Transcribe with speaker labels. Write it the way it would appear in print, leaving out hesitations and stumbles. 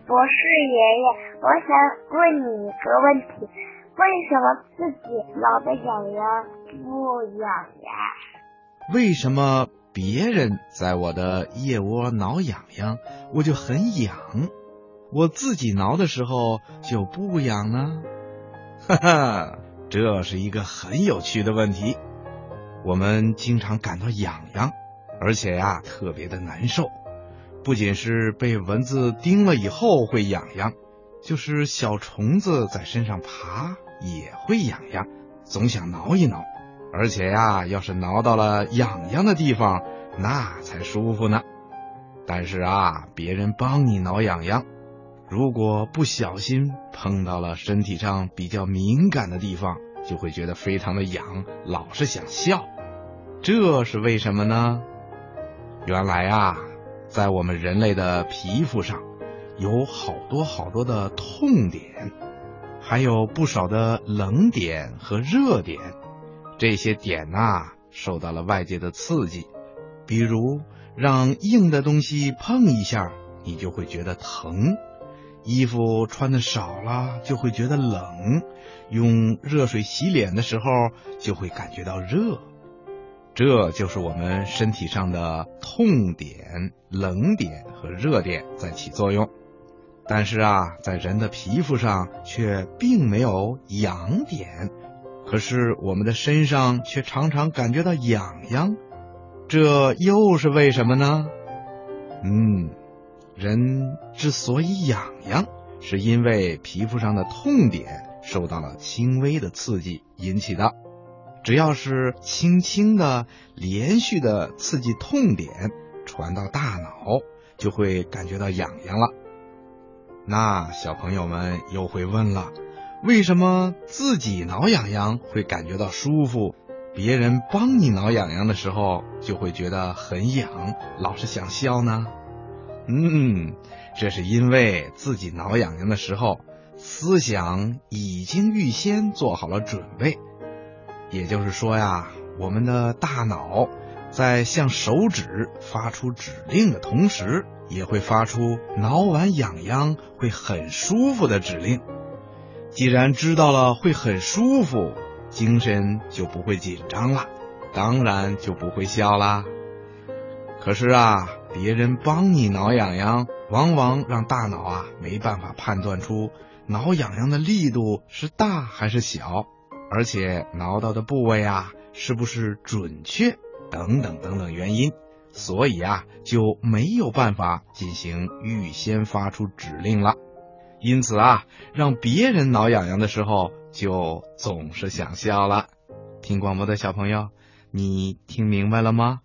Speaker 1: 博士爷爷，我想问你一个问题，为什么自己挠得痒痒不痒呀？
Speaker 2: 为什么别人在我的腋窝挠痒痒，我就很痒，我自己挠的时候就不痒呢？哈哈，这是一个很有趣的问题。我们经常感到痒痒，而且特别的难受。不仅是被蚊子叮了以后会痒痒，就是小虫子在身上爬也会痒痒，总想挠一挠。而且要是挠到了痒痒的地方，那才舒服呢。但是别人帮你挠痒痒，如果不小心碰到了身体上比较敏感的地方，就会觉得非常的痒，老是想笑。这是为什么呢？原来在我们人类的皮肤上有好多的痛点，还有不少的冷点和热点。这些点受到了外界的刺激，比如让硬的东西碰一下，你就会觉得疼；衣服穿的少了就会觉得冷；用热水洗脸的时候就会感觉到热。这就是我们身体上的痛点、冷点和热点在起作用。但是在人的皮肤上却并没有痒点，可是我们的身上却常常感觉到痒痒，这又是为什么呢？人之所以痒痒，是因为皮肤上的痛点受到了轻微的刺激引起的。只要是轻轻的、连续的刺激痛点传到大脑，就会感觉到痒痒了。那小朋友们又会问了，为什么自己挠痒痒会感觉到舒服，别人帮你挠痒痒的时候就会觉得很痒，老是想笑呢？这是因为自己挠痒痒的时候，思想已经预先做好了准备。也就是说我们的大脑在向手指发出指令的同时，也会发出挠完痒痒会很舒服的指令。既然知道了会很舒服，精神就不会紧张了，当然就不会笑啦。可是别人帮你挠痒痒，往往让大脑没办法判断出挠痒痒的力度是大还是小，而且挠到的部位是不是准确等等原因，所以就没有办法进行预先发出指令了。因此让别人挠痒痒的时候就总是想笑了。听广播的小朋友，你听明白了吗？